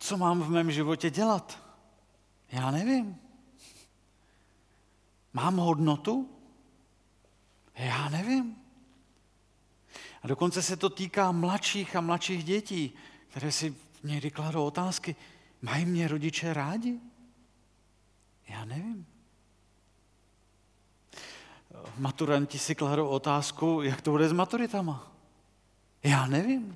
co mám v mém životě dělat? Já nevím. Mám hodnotu? Já nevím. A dokonce se to týká mladších a mladších dětí, které si někdy kladou otázky, mají mě rodiče rádi? Já nevím. Maturanti si kladou otázku, jak to bude s maturitama? Já nevím.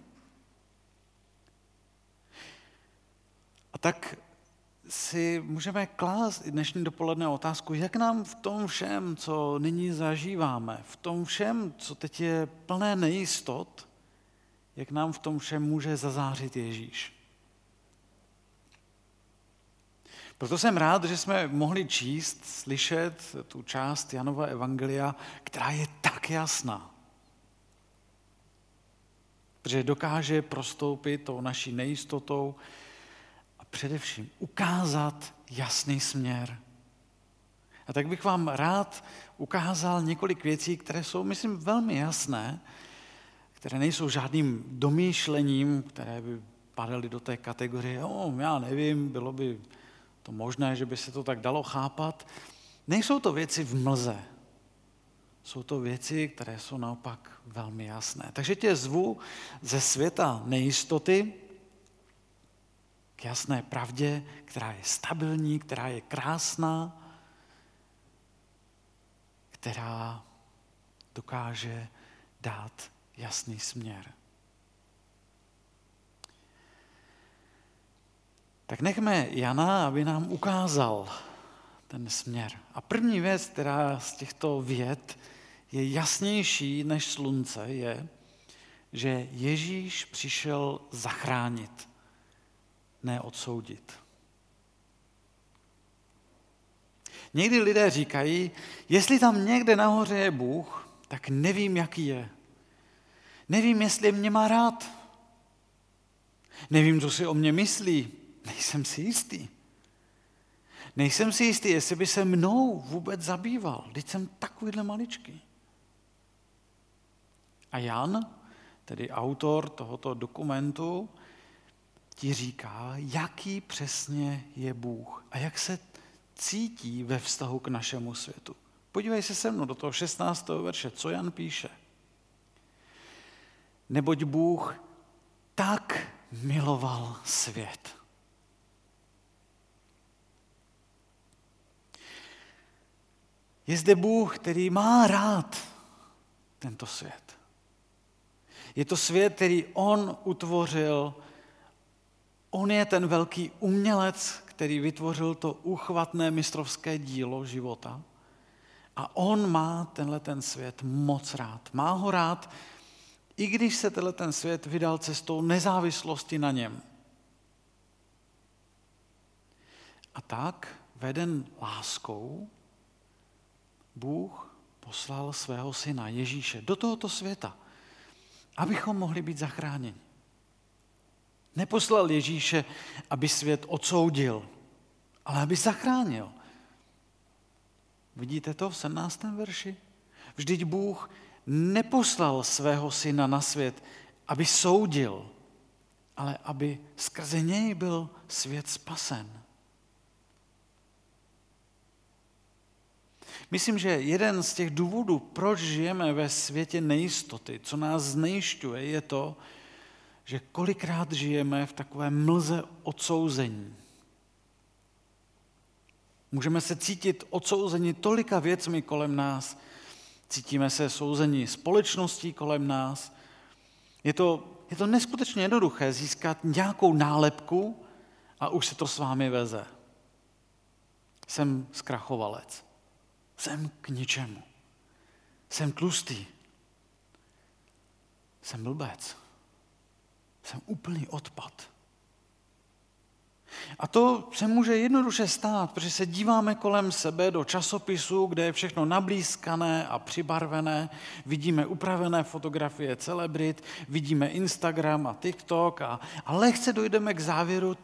A tak si můžeme klást dnešní dopoledne otázku, jak nám v tom všem, co nyní zažíváme, v tom všem, co teď je plné nejistot, jak nám v tom všem může zazářit Ježíš. Proto jsem rád, že jsme mohli číst, slyšet tu část Janova evangelia, která je tak jasná. Protože dokáže prostoupit tou naší nejistotou a především ukázat jasný směr. A tak bych vám rád ukázal několik věcí, které jsou, myslím, velmi jasné, které nejsou žádným domýšlením, které by padaly do té kategorie, já nevím, bylo by to možné, že by se to tak dalo chápat. Nejsou to věci v mlze. Jsou to věci, které jsou naopak velmi jasné. Takže tě zvu ze světa nejistoty k jasné pravdě, která je stabilní, která je krásná, která dokáže dát jasný směr. Tak nechme Jana, aby nám ukázal ten směr. A první věc, která z těchto vět je jasnější než slunce, je, že Ježíš přišel zachránit, ne odsoudit. Někdy lidé říkají, jestli tam někde nahoře je Bůh, tak nevím, jaký je. Nevím, jestli mě má rád. Nevím, co si o mě myslí. Nejsem si jistý. Nejsem si jistý, jestli by se mnou vůbec zabýval. Vždyť jsem takovýhle maličký. A Jan, tedy autor tohoto dokumentu, ti říká, jaký přesně je Bůh a jak se cítí ve vztahu k našemu světu. Podívej se se mnou do toho 16. verše, co Jan píše. Neboť Bůh tak miloval svět. Je zde Bůh, který má rád tento svět. Je to svět, který on utvořil. On je ten velký umělec, který vytvořil to úchvatné mistrovské dílo života. A on má ten svět moc rád. Má ho rád, i když se ten svět vydal cestou nezávislosti na něm. A tak, veden láskou, Bůh poslal svého syna Ježíše do tohoto světa, abychom mohli být zachráněni. Neposlal Ježíše, aby svět odsoudil, ale aby zachránil. Vidíte to v 17. verši? Vždyť Bůh neposlal svého syna na svět, aby soudil, ale aby skrze něj byl svět spasen. Myslím, že jeden z těch důvodů, proč žijeme ve světě nejistoty, co nás znejišťuje, je to, že kolikrát žijeme v takové mlze odsouzení. Můžeme se cítit odsouzeni tolika věcmi kolem nás. Cítíme se souzeni společností kolem nás. Je to neskutečně jednoduché získat nějakou nálepku a už se to s vámi veze. Jsem zkrachovalec. Jsem k ničemu. Jsem tlustý. Jsem blbec. Jsem úplný odpad. A to se může jednoduše stát, protože se díváme kolem sebe do časopisů, kde je všechno nablízkané a přibarvené, vidíme upravené fotografie celebrit, vidíme Instagram a TikTok a lehce dojdeme k závěru,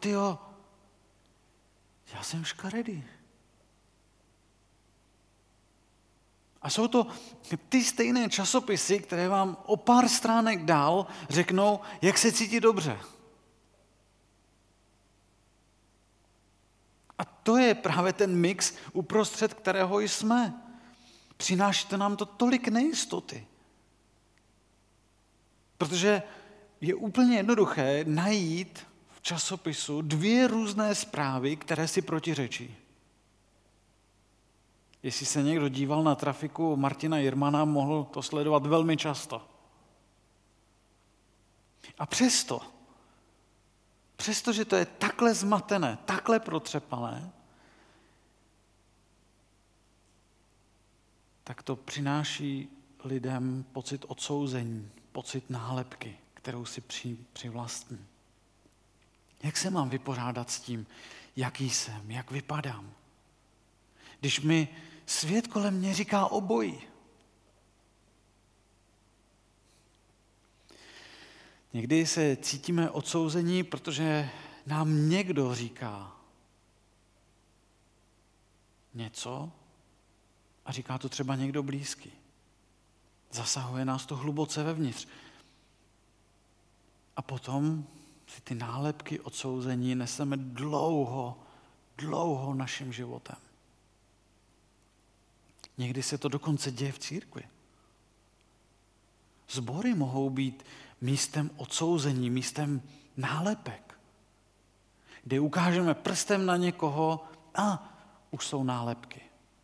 já jsem škaredý. A jsou to ty stejné časopisy, které vám o pár stránek dál řeknou, jak se cítit dobře. to je právě ten mix, uprostřed kterého jsme. Přináší to nám to tolik nejistoty. Protože je úplně jednoduché najít v časopisu 2 různé zprávy, které si protiřečí. Jestli se někdo díval na trafiku Martina Jirmana, mohl to sledovat velmi často. A přestože to je takhle zmatené, takhle protřepané, tak to přináší lidem pocit odsouzení, pocit nálepky, kterou si přivlastní. Jak se mám vypořádat s tím, jaký jsem, jak vypadám? Když mi svět kolem mě říká obojí. Někdy se cítíme odsouzení, protože nám někdo říká něco a říká to třeba někdo blízký. Zasahuje nás to hluboce vevnitř. A potom si ty nálepky odsouzení neseme dlouho naším životem. Někdy se to dokonce děje v církvi. Sbory mohou být místem odsouzení, místem nálepek, kde ukážeme prstem na někoho a už jsou nálepky.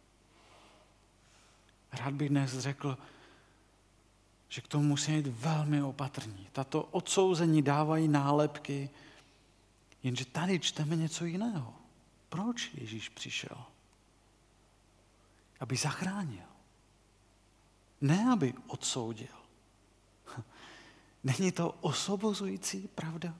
Rád bych dnes řekl, že k tomu musíme být velmi opatrní. Tato odsouzení dávají nálepky, jenže tady čteme něco jiného. Proč Ježíš přišel? Aby zachránil. Ne, aby odsoudil. Není to osvobozující pravda?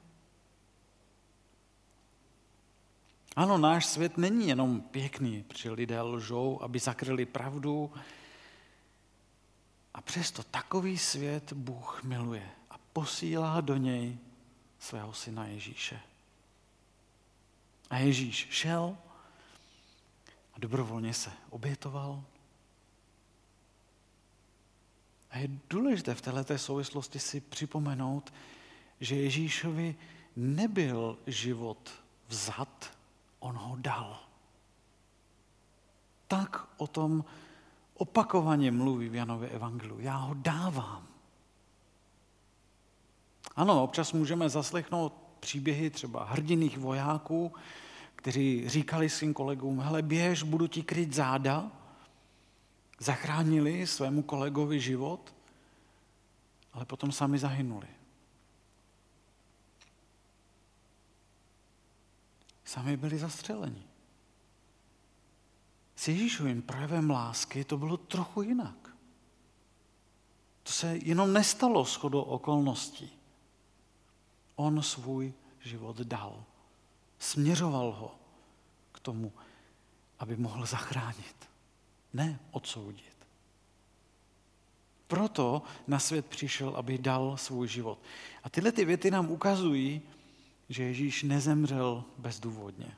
Ano, náš svět není jenom pěkný, protože lidé lžou, aby zakryli pravdu. A přesto takový svět Bůh miluje a posílá do něj svého syna Ježíše. A Ježíš šel a dobrovolně se obětoval. A je důležité v této souvislosti si připomenout, že Ježíšovi nebyl život vzat, on ho dal. Tak o tom opakovaně mluví v Janově evangeliu. Já ho dávám. Ano, občas můžeme zaslechnout příběhy třeba hrdinných vojáků, kteří říkali svým kolegům, hele, běž, budu ti kryt záda. Zachránili svému kolegovi život, ale potom sami zahynuli. Sami byli zastřeleni. S Ježíšovým projevem lásky to bylo trochu jinak. To se jenom nestalo shodou okolností. On svůj život dal. Směřoval ho k tomu, aby mohl zachránit. Ne odsoudit. Proto na svět přišel, aby dal svůj život. A tyhle ty věty nám ukazují, že Ježíš nezemřel bezdůvodně.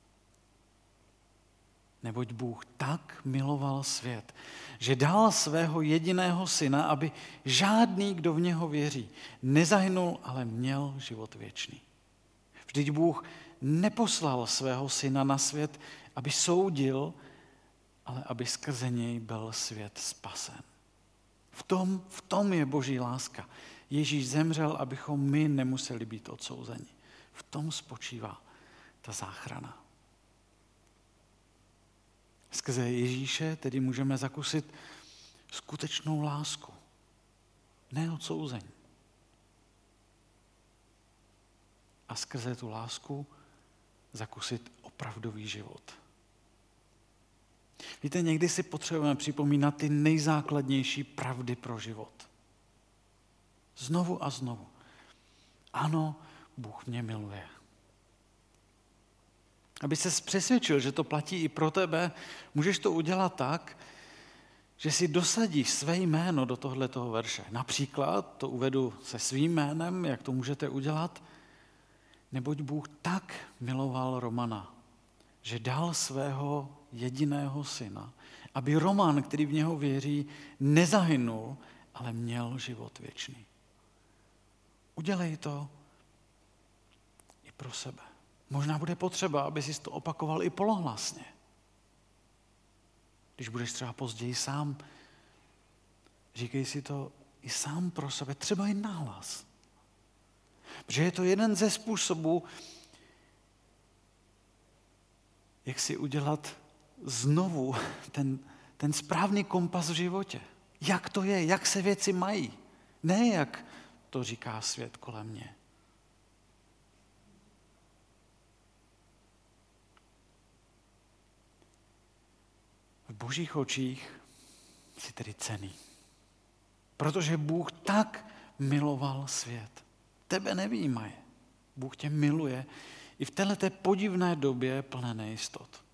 Neboť Bůh tak miloval svět, že dal svého jediného syna, aby žádný, kdo v něho věří, nezahynul, ale měl život věčný. Vždyť Bůh neposlal svého syna na svět, aby soudil, ale aby skrze něj byl svět spasen. V tom je Boží láska. Ježíš zemřel, abychom my nemuseli být odsouzeni. V tom spočívá ta záchrana. Skrze Ježíše tedy můžeme zakusit skutečnou lásku, ne odsouzení. A skrze tu lásku zakusit opravdový život. Víte, někdy si potřebujeme připomínat ty nejzákladnější pravdy pro život. Znovu a znovu. Ano, Bůh mě miluje. Aby ses přesvědčil, že to platí i pro tebe, můžeš to udělat tak, že si dosadíš své jméno do tohletoho verše. Například, to uvedu se svým jménem, jak to můžete udělat, neboť Bůh tak miloval Romana, že dal svého jediného syna, aby Roman, který v něho věří, nezahynul, ale měl život věčný. Udělej to i pro sebe. Možná bude potřeba, aby si to opakoval i polohlasně. Když budeš třeba později sám, říkej si to i sám pro sebe, třeba i nahlas. Protože je to jeden ze způsobů, jak si udělat znovu ten správný kompas v životě. Jak to je, jak se věci mají. Ne jak to říká svět kolem mě. V Božích očích jsi tedy cenný. Protože Bůh tak miloval svět. Tebe nevyjímaje. Bůh tě miluje i v této podivné době plné nejistot.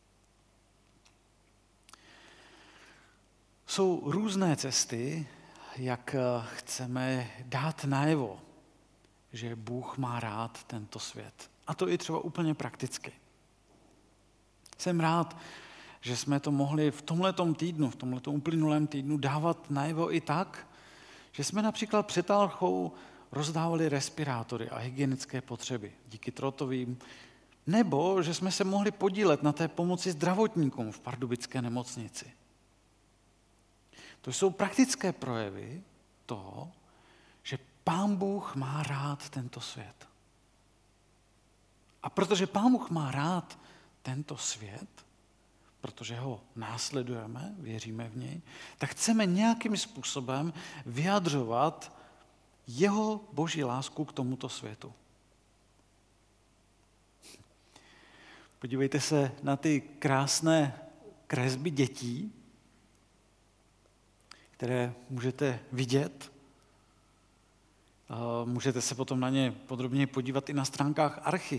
Jsou různé cesty, jak chceme dát najevo, že Bůh má rád tento svět. A to i třeba úplně prakticky. Jsem rád, že jsme to mohli v tomhletom uplynulém týdnu dávat najevo i tak, že jsme například před Alchou rozdávali respirátory a hygienické potřeby díky Trotovým, nebo že jsme se mohli podílet na té pomoci zdravotníkům v pardubické nemocnici. To jsou praktické projevy toho, že Pán Bůh má rád tento svět. A protože Pán Bůh má rád tento svět, protože ho následujeme, věříme v něj, tak chceme nějakým způsobem vyjadřovat jeho boží lásku k tomuto světu. Podívejte se na ty krásné kresby dětí, které můžete vidět. Můžete se potom na ně podrobněji podívat i na stránkách Archy.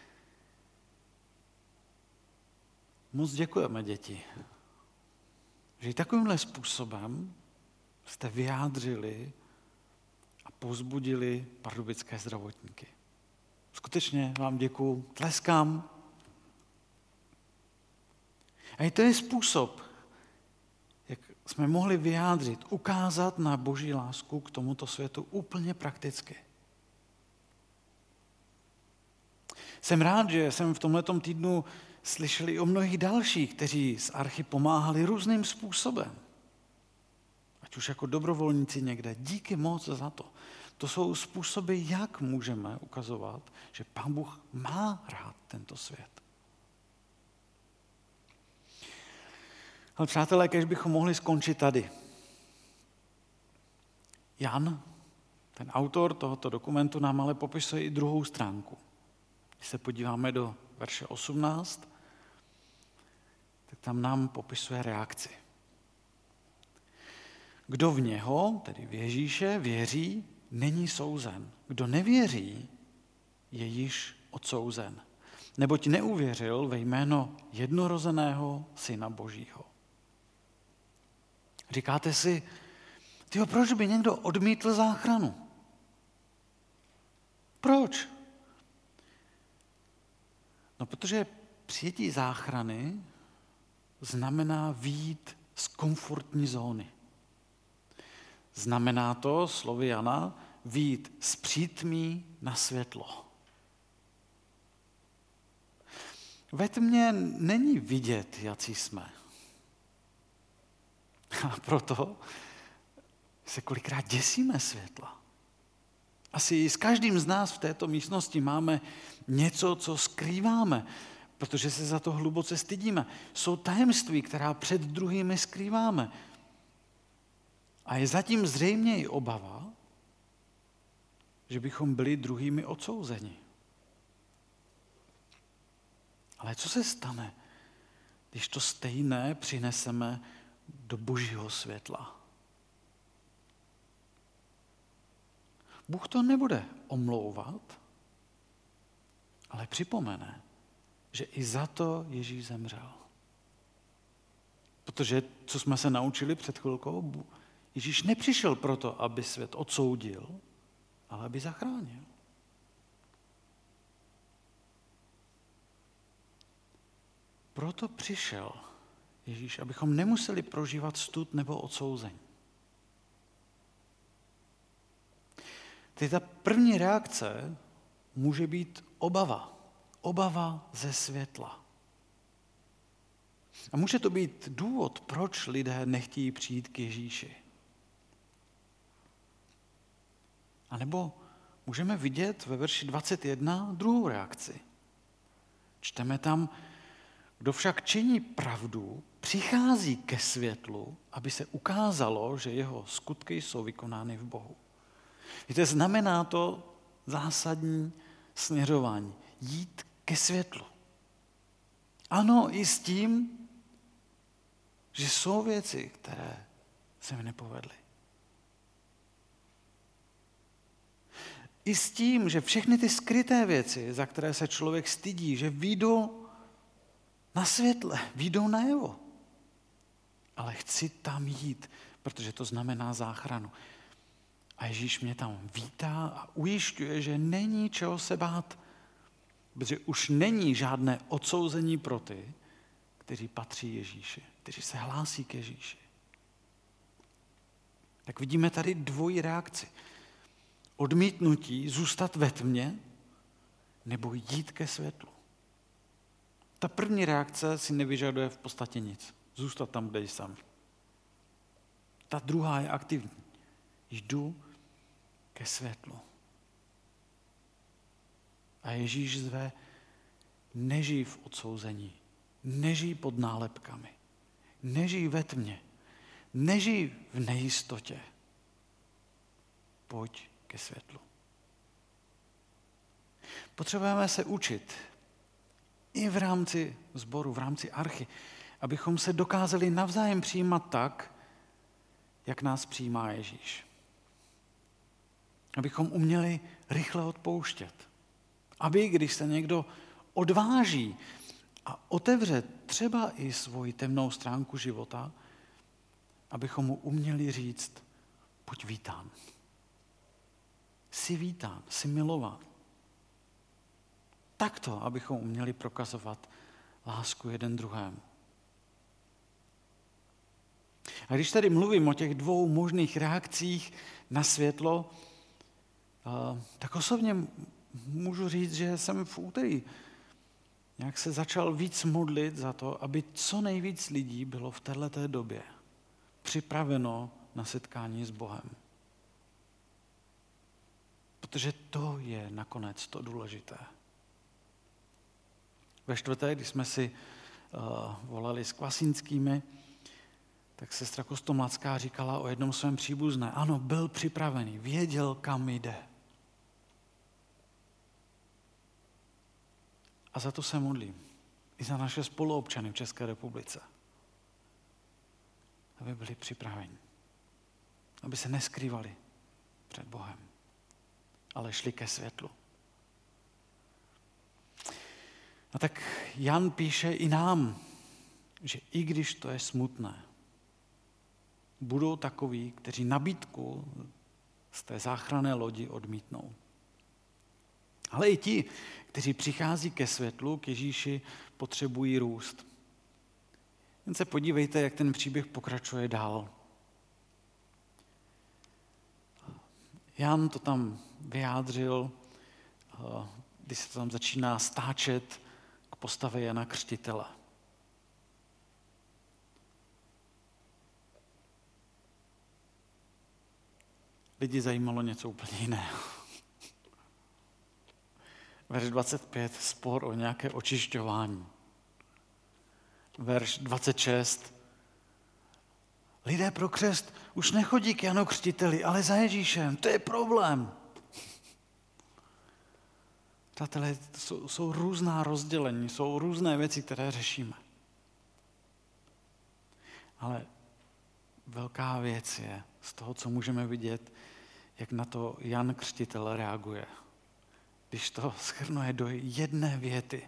Moc děkujeme, děti, že takovýmhle způsobem jste vyjádřili a povzbudili pardubické zdravotníky. Skutečně vám děkuju, tleskám. A i to je způsob, jak jsme mohli vyjádřit, ukázat na boží lásku k tomuto světu úplně prakticky. Jsem rád, že jsem v tomhletom týdnu slyšel i o mnohých dalších, kteří z Archy pomáhali různým způsobem. Ať už jako dobrovolníci někde. Díky moc za to. To jsou způsoby, jak můžeme ukazovat, že Pán Bůh má rád tento svět. Ale přátelé, když bychom mohli skončit tady. Jan, ten autor tohoto dokumentu, nám ale popisuje i druhou stránku. Když se podíváme do verše 18, tak tam nám popisuje reakci. Kdo v něho, tedy v Ježíše, věří, není souzen. Kdo nevěří, je již odsouzen. Neboť neuvěřil ve jméno jednorozeného Syna Božího. Říkáte si, proč by někdo odmítl záchranu? Proč? No, protože přijetí záchrany znamená vyjít z komfortní zóny. Znamená to, slovy Jana, vyjít z přítmí na světlo. Ve tmě není vidět, jací jsme. A proto se kolikrát děsíme světla. Asi s každým z nás v této místnosti máme něco, co skrýváme, protože se za to hluboce stydíme. Jsou tajemství, která před druhými skrýváme. A je zatím zřejmě i obava, že bychom byli druhými odsouzeni. Ale co se stane, když to stejné přineseme do božího světla? Bůh to nebude omlouvat, ale připomene, že i za to Ježíš zemřel. Protože, co jsme se naučili před chvilkou, Ježíš nepřišel proto, aby svět odsoudil, ale aby zachránil. Proto přišel Ježíš, abychom nemuseli prožívat stud nebo odsouzení. Teď ta první reakce může být obava. Obava ze světla. A může to být důvod, proč lidé nechtějí přijít k Ježíši. A nebo můžeme vidět ve verši 21 druhou reakci. Čteme tam, kdo však činí pravdu, přichází ke světlu, aby se ukázalo, že jeho skutky jsou vykonány v Bohu. Víte, znamená to zásadní směřování. Jít ke světlu. Ano, i s tím, že jsou věci, které se mi nepovedly. I s tím, že všechny ty skryté věci, za které se člověk stydí, že vyjdou na světle, vyjdou najevo. Ale chci tam jít, protože to znamená záchranu. A Ježíš mě tam vítá a ujišťuje, že není čeho se bát, protože už není žádné odsouzení pro ty, kteří patří Ježíši, kteří se hlásí k Ježíši. Tak vidíme tady dvojí reakci. Odmítnutí zůstat ve tmě nebo jít ke světlu. Ta první reakce si nevyžaduje v podstatě nic. Zůstat tam, kde jsem. Ta druhá je aktivní. Jdu ke světlu. A Ježíš zve, nežij v odsouzení, nežij pod nálepkami, nežij ve tmě, nežij v nejistotě. Pojď ke světlu. Potřebujeme se učit i v rámci sboru, v rámci archy, abychom se dokázali navzájem přijímat tak, jak nás přijímá Ježíš. Abychom uměli rychle odpouštět. Aby, když se někdo odváží a otevře třeba i svoji temnou stránku života, abychom mu uměli říct, buď vítán. Jsi vítán, jsi milován. Takto, abychom uměli prokazovat lásku jeden druhému. A když tady mluvím o těch dvou možných reakcích na světlo, tak osobně můžu říct, že jsem v úterý nějak se začal víc modlit za to, aby co nejvíc lidí bylo v této době připraveno na setkání s Bohem. Protože to je nakonec to důležité. Ve čtvrtek, když jsme si volali s Kvasínskými, tak sestra Kostomlacká říkala o jednom svém příbuzné. Ano, byl připravený, věděl, kam jde. A za to se modlím. I za naše spoluobčany v České republice. Aby byli připraveni. Aby se neskrývali před Bohem. Ale šli ke světlu. A tak Jan píše i nám, že i když to je smutné, budou takoví, kteří nabídku z té záchranné lodi odmítnou. Ale i ti, kteří přichází ke světlu, k Ježíši, potřebují růst. Jen se podívejte, jak ten příběh pokračuje dál. Jan to tam vyjádřil, když se to tam začíná stáčet k postavě Jana Křtitele. Lidi zajímalo něco úplně jiného. Verš 25, spor o nějaké očišťování. Verš 26, lidé pro křest už nechodí k Janu Křtiteli, ale za Ježíšem, to je problém. Přátelé, jsou různá rozdělení, jsou různé věci, které řešíme. Ale velká věc je z toho, co můžeme vidět, jak na to Jan Křtitel reaguje. Když to shrnuje do jedné věty.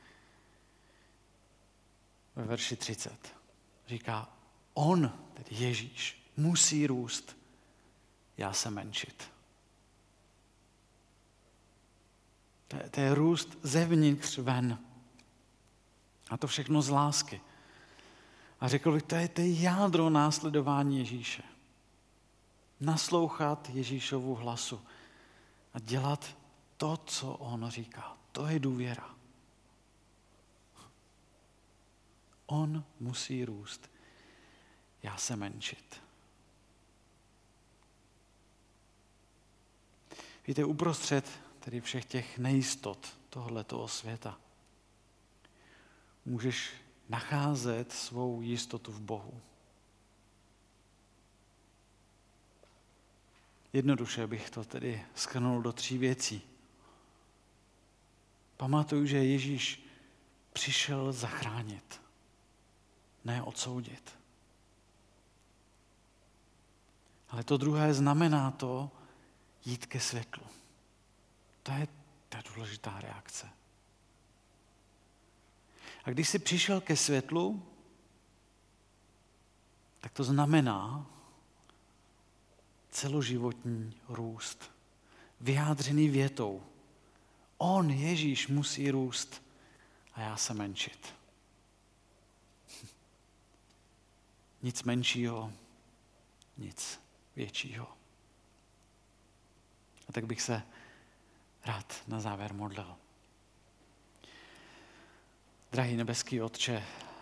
Ve verši 30 říká, on, tedy Ježíš, musí růst, já se menšit. To je růst zevnitř ven. A to všechno z lásky. A řekl bych, to je jádro následování Ježíše. Naslouchat Ježíšovu hlasu a dělat to, co on říká. To je důvěra. On musí růst, já se menšit. Víte, uprostřed tedy všech těch nejistot tohoto světa můžeš nacházet svou jistotu v Bohu. Jednoduše bych to tedy shrnul do 3 věcí. Pamatuj, že Ježíš přišel zachránit, ne odsoudit. Ale to druhé znamená to jít ke světlu. To je ta důležitá reakce. A když jsi přišel ke světlu, tak to znamená celoživotní růst. Vyjádřený větou. On, Ježíš, musí růst a já se menšit. Nic menšího, nic většího. A tak bych se rád na závěr modlil. Drahý nebeský Otče,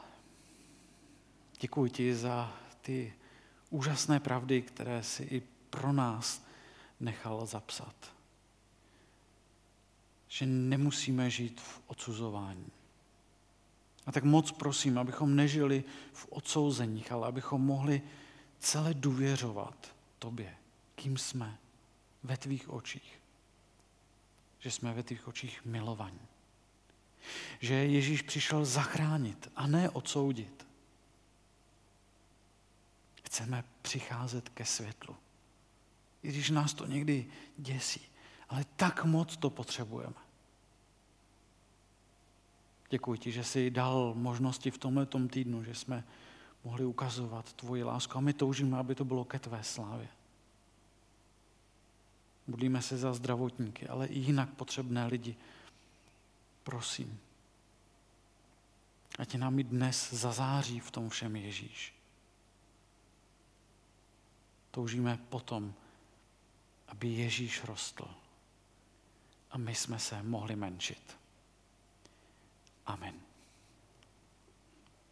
děkuji ti za ty úžasné pravdy, které jsi i pro nás nechal zapsat. Že nemusíme žít v odsuzování. A tak moc prosím, abychom nežili v odsouzeních, ale abychom mohli celé důvěřovat tobě, kým jsme ve tvých očích. Že jsme ve tvých očích milovaní. Že Ježíš přišel zachránit a ne odsoudit. Chceme přicházet ke světlu. I když nás to někdy děsí, ale tak moc to potřebujeme. Děkuji ti, že jsi dal možnosti v tomhletom týdnu, že jsme mohli ukazovat tvoji lásku a my toužíme, aby to bylo ke tvé slávě. Modlíme se za zdravotníky, ale i jinak potřebné lidi. Prosím, ať nám i dnes zazáří v tom všem Ježíš. Toužíme potom, aby Ježíš rostl a my jsme se mohli menšit. Amen.